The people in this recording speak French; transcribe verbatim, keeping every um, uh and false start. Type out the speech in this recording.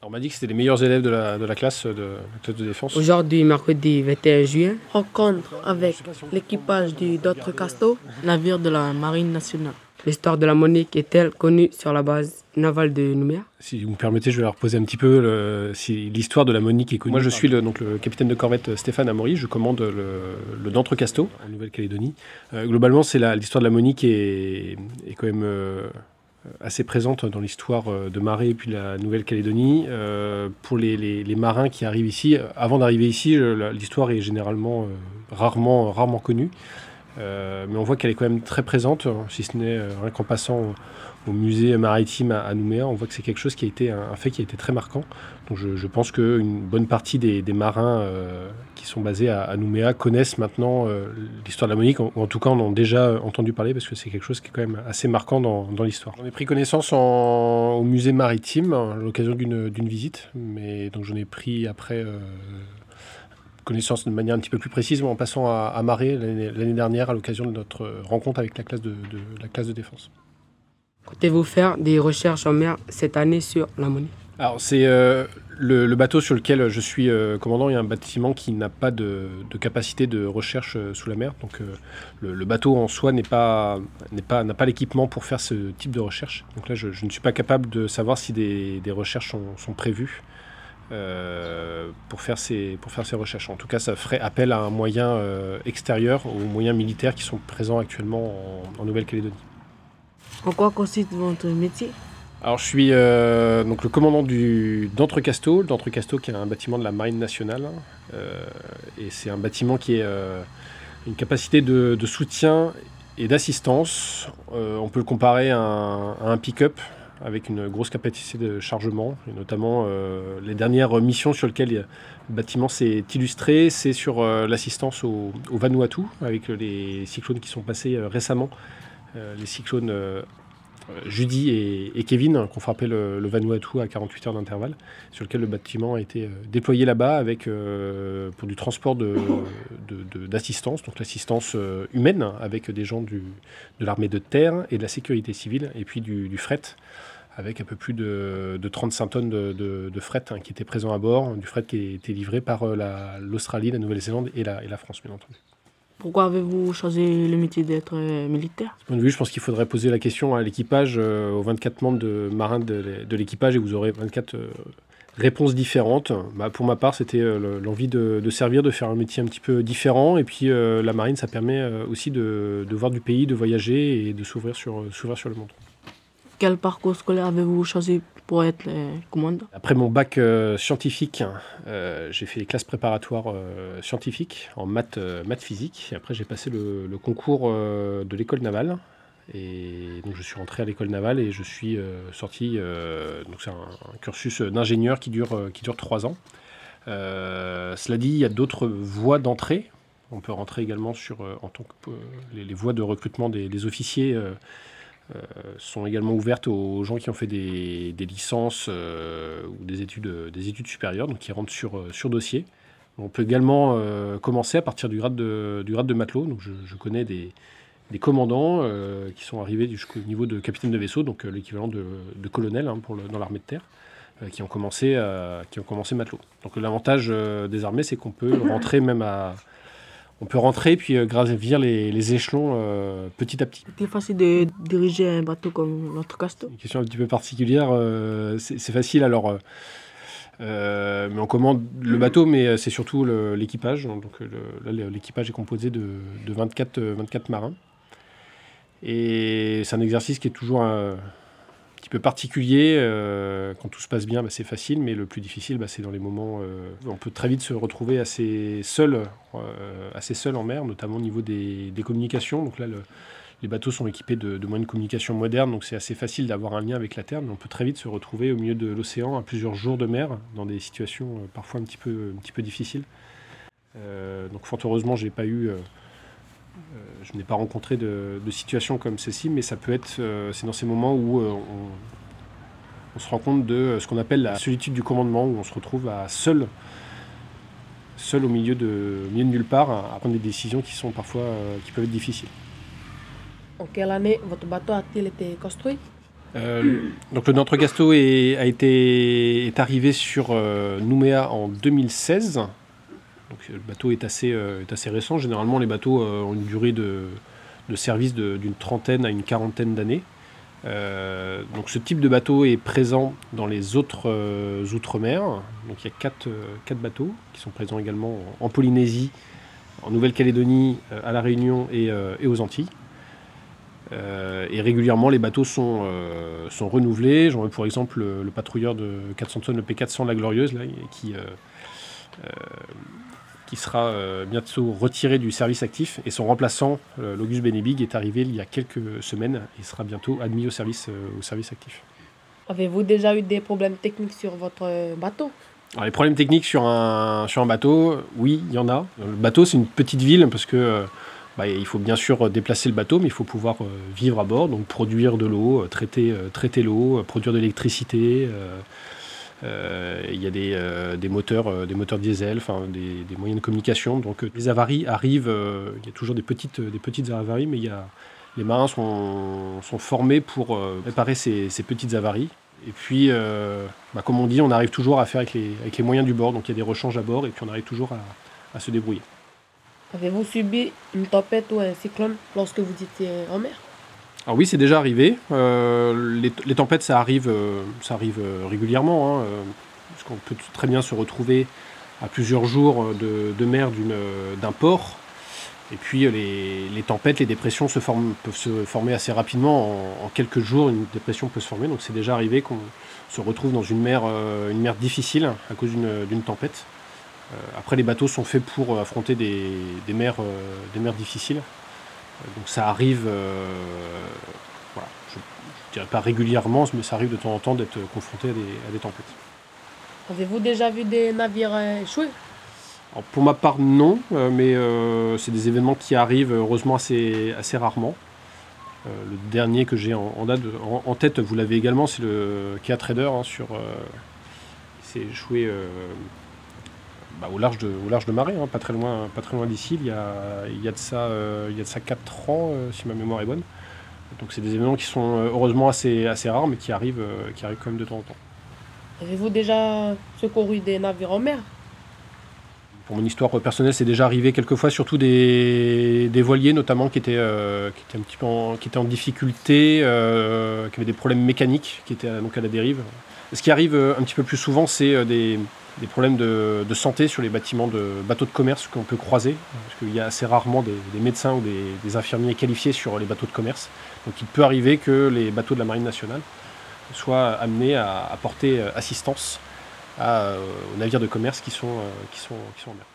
On m'a dit que c'était les meilleurs élèves de la, de la classe de, de la classe de défense. Aujourd'hui, mercredi vingt et un juillet, rencontre avec l'équipage du d'Entrecasteaux, navire de la Marine nationale. L'histoire de la Monique est-elle connue sur la base navale de Nouméa? Si vous me permettez, je vais leur poser un petit peu le, si l'histoire de la Monique est connue. Moi, je suis le, donc, le capitaine de corvette Stéphane Amaury. Je commande le, le d'Entrecasteaux en Nouvelle-Calédonie. Euh, globalement, c'est la, l'histoire de la Monique est, est quand même euh, assez présente dans l'histoire de marée et puis la Nouvelle-Calédonie. Euh, pour les, les, les marins qui arrivent ici, avant d'arriver ici, l'histoire est généralement euh, rarement, rarement connue. Euh, mais on voit qu'elle est quand même très présente, si ce n'est euh, rien qu'en passant au, au musée maritime à, à Nouméa, on voit que c'est quelque chose qui a été un, un fait qui a été très marquant. Donc je, je pense qu'une bonne partie des, des marins euh, qui sont basés à, à Nouméa connaissent maintenant euh, l'histoire de la Monique, ou en, en tout cas en ont déjà entendu parler parce que c'est quelque chose qui est quand même assez marquant dans, dans l'histoire. J'en ai pris connaissance en, au musée maritime à l'occasion d'une, d'une visite, mais donc j'en ai pris après... Euh, connaissance de manière un petit peu plus précise en passant à, à Marais l'année, l'année dernière à l'occasion de notre rencontre avec la classe de, de, la classe de défense. Comptez-vous faire des recherches en mer cette année sur la Monique? Alors c'est euh, le, le bateau sur lequel je suis euh, commandant, il y a un bâtiment qui n'a pas de, de capacité de recherche euh, sous la mer, donc euh, le, le bateau en soi n'est pas, n'est pas, n'a pas l'équipement pour faire ce type de recherche. Donc là je, je ne suis pas capable de savoir si des, des recherches sont, sont prévues. Euh, pour, faire ces, pour faire ces recherches. En tout cas, ça ferait appel à un moyen euh, extérieur, aux moyens militaires qui sont présents actuellement en, en Nouvelle-Calédonie. En quoi consiste votre métier? Alors, je suis euh, donc le commandant du, d'Entrecasteaux, d'Entrecasteaux qui est un bâtiment de la Marine nationale. Euh, et c'est un bâtiment qui a euh, une capacité de, de soutien et d'assistance. Euh, on peut le comparer à un, à un pick-up, avec une grosse capacité de chargement, et notamment euh, les dernières missions sur lesquelles le bâtiment s'est illustré, c'est sur euh, l'assistance au, au Vanuatu, avec les cyclones qui sont passés euh, récemment, euh, les cyclones euh, Judy et, et Kevin, qui ont frappé le, le Vanuatu à quarante-huit heures d'intervalle, sur lequel le bâtiment a été euh, déployé là-bas avec, euh, pour du transport de, de, de, d'assistance, donc l'assistance euh, humaine, avec des gens du, de l'armée de terre et de la sécurité civile, et puis du, du fret, avec un peu plus de, de trente-cinq tonnes de, de, de fret hein, qui étaient présents à bord, du fret qui a été livré par la, l'Australie, la Nouvelle-Zélande et la, et la France, bien entendu. Pourquoi avez-vous choisi le métier d'être euh, militaire? De ce point de vue, je pense qu'il faudrait poser la question à l'équipage, euh, aux vingt-quatre membres de marins de, de l'équipage, et vous aurez vingt-quatre euh, réponses différentes. Bah, pour ma part, c'était euh, l'envie de, de servir, de faire un métier un petit peu différent, et puis euh, la marine, ça permet euh, aussi de, de voir du pays, de voyager et de s'ouvrir sur, s'ouvrir sur le monde. Quel parcours scolaire avez-vous choisi pour être euh, commandant? Après mon bac euh, scientifique, euh, j'ai fait les classes préparatoires euh, scientifiques en maths, euh, maths physique. Et après, j'ai passé le, le concours euh, de l'école navale. Et donc, je suis rentré à l'école navale et je suis euh, sorti. Euh, donc, c'est un, un cursus d'ingénieur qui dure, euh, qui dure trois ans. Euh, cela dit, il y a d'autres voies d'entrée. On peut rentrer également sur euh, en tant que, euh, les, les voies de recrutement des, des officiers. Euh, Euh, sont également ouvertes aux gens qui ont fait des, des licences euh, ou des études, des études supérieures, donc qui rentrent sur, sur dossier. On peut également euh, commencer à partir du grade de, du grade de matelot. Donc je, je connais des, des commandants euh, qui sont arrivés jusqu'au niveau de capitaine de vaisseau, donc euh, l'équivalent de, de colonel hein, pour le, dans l'armée de terre, euh, qui, ont commencé, euh, qui ont commencé matelot. Donc l'avantage euh, des armées, c'est qu'on peut rentrer même à... On peut rentrer puis euh, gravir les, les échelons euh, petit à petit. C'est facile de diriger un bateau comme l'Entrecasteaux? Une question un petit peu particulière. Euh, c'est, c'est facile alors. Euh, euh, mais on commande le bateau, mais c'est surtout le, l'équipage. Donc le, là, l'équipage est composé de, de vingt-quatre, vingt-quatre marins. Et c'est un exercice qui est toujours un, un petit peu particulier. Euh, quand tout se passe bien, bah, c'est facile, mais le plus difficile, bah, c'est dans les moments euh, où on peut très vite se retrouver assez seul, euh, assez seul en mer, notamment au niveau des, des communications. Donc là, le, les bateaux sont équipés de, de moyens de communication modernes, donc c'est assez facile d'avoir un lien avec la Terre, mais on peut très vite se retrouver au milieu de l'océan à plusieurs jours de mer, dans des situations euh, parfois un petit peu, un petit peu difficiles. Euh, donc fort heureusement, j'ai pas eu... Euh, Euh, je n'ai pas rencontré de, de situation comme celle-ci, mais ça peut être, euh, c'est dans ces moments où euh, on, on se rend compte de ce qu'on appelle la solitude du commandement, où on se retrouve à seul, seul au milieu de, au milieu de nulle part, à, à prendre des décisions qui sont parfois, euh, qui peuvent être difficiles. En quelle année votre bateau a-t-il été construit? Euh, donc le D'Entrecasteaux est, a été, est arrivé sur euh, Nouméa en deux mille seize. Donc le bateau est assez, euh, est assez récent. Généralement, les bateaux euh, ont une durée de, de service de, d'une trentaine à une quarantaine d'années. Euh, donc ce type de bateau est présent dans les autres euh, outre-mer. Donc il y a quatre, euh, quatre bateaux qui sont présents également en, en Polynésie, en Nouvelle-Calédonie, euh, à La Réunion et, euh, et aux Antilles. Euh, et régulièrement, les bateaux sont, euh, sont renouvelés. J'en veux pour exemple le, le patrouilleur de quatre cents tonnes, le P quatre cents La Glorieuse, là, qui, euh, euh, qui sera euh, bientôt retiré du service actif. Et son remplaçant, euh, l'Auguste Benebig, est arrivé il y a quelques semaines et sera bientôt admis au service, euh, au service actif. Avez-vous déjà eu des problèmes techniques sur votre bateau ? Alors, les problèmes techniques sur un, sur un bateau, oui, il y en a. Le bateau, c'est une petite ville parce que euh, bah, il faut bien sûr déplacer le bateau, mais il faut pouvoir euh, vivre à bord, donc produire de l'eau, euh, traiter, euh, traiter l'eau, euh, produire de l'électricité. Euh, euh, il y a des, euh, des, moteurs, euh, des moteurs diesel, des, des moyens de communication. Donc euh, les avaries arrivent, euh, il y a toujours des petites, des petites avaries, mais il y a, les marins sont, sont formés pour euh, réparer ces, ces petites avaries. Et puis, euh, bah, comme on dit, on arrive toujours à faire avec les, avec les moyens du bord. Donc il y a des rechanges à bord et puis on arrive toujours à, à se débrouiller. Avez-vous subi une tempête ou un cyclone lorsque vous étiez en mer ? Alors oui, c'est déjà arrivé. Euh, les, les tempêtes, ça arrive, euh, ça arrive euh, régulièrement. Hein, euh, parce qu'on peut très bien se retrouver à plusieurs jours de, de mer d'une, d'un port. Et puis les, les tempêtes, les dépressions se forment, peuvent se former assez rapidement. En, en quelques jours, une dépression peut se former. Donc c'est déjà arrivé qu'on se retrouve dans une mer, euh, une mer difficile à cause d'une, d'une tempête. Euh, après, les bateaux sont faits pour affronter des, des, mers, euh, des mers difficiles. Euh, donc ça arrive, euh, voilà, je ne dirais pas régulièrement, mais ça arrive de temps en temps d'être confronté à des, à des tempêtes. Avez-vous déjà vu des navires échouer ? Alors pour ma part, non, euh, mais euh, c'est des événements qui arrivent heureusement assez, assez rarement. Euh, le dernier que j'ai en, en, date, en, en tête, vous l'avez également, c'est le Kea Trader, hein, sur, euh, il s'est échoué euh, bah, au, large de, au large de Marais, hein, pas très loin, pas très loin d'ici. Il y a, il y a de ça, euh, il y a de ça quatre ans, euh, si ma mémoire est bonne. Donc c'est des événements qui sont euh, heureusement assez, assez rares, mais qui arrivent, euh, qui arrivent quand même de temps en temps. Avez-vous déjà secouru des navires en mer ? Pour mon histoire personnelle, c'est déjà arrivé quelquefois, surtout des, des voiliers notamment qui étaient, euh, qui étaient un petit peu en, qui étaient en difficulté, euh, qui avaient des problèmes mécaniques, qui étaient donc à la dérive. Ce qui arrive un petit peu plus souvent, c'est des, des problèmes de, de santé sur les bâtiments de bateaux de commerce qu'on peut croiser, parce qu'il y a assez rarement des, des médecins ou des, des infirmiers qualifiés sur les bateaux de commerce. Donc il peut arriver que les bateaux de la Marine nationale soient amenés à apporter assistance À, euh, aux navires de commerce qui sont, euh, qui sont, qui sont en mer.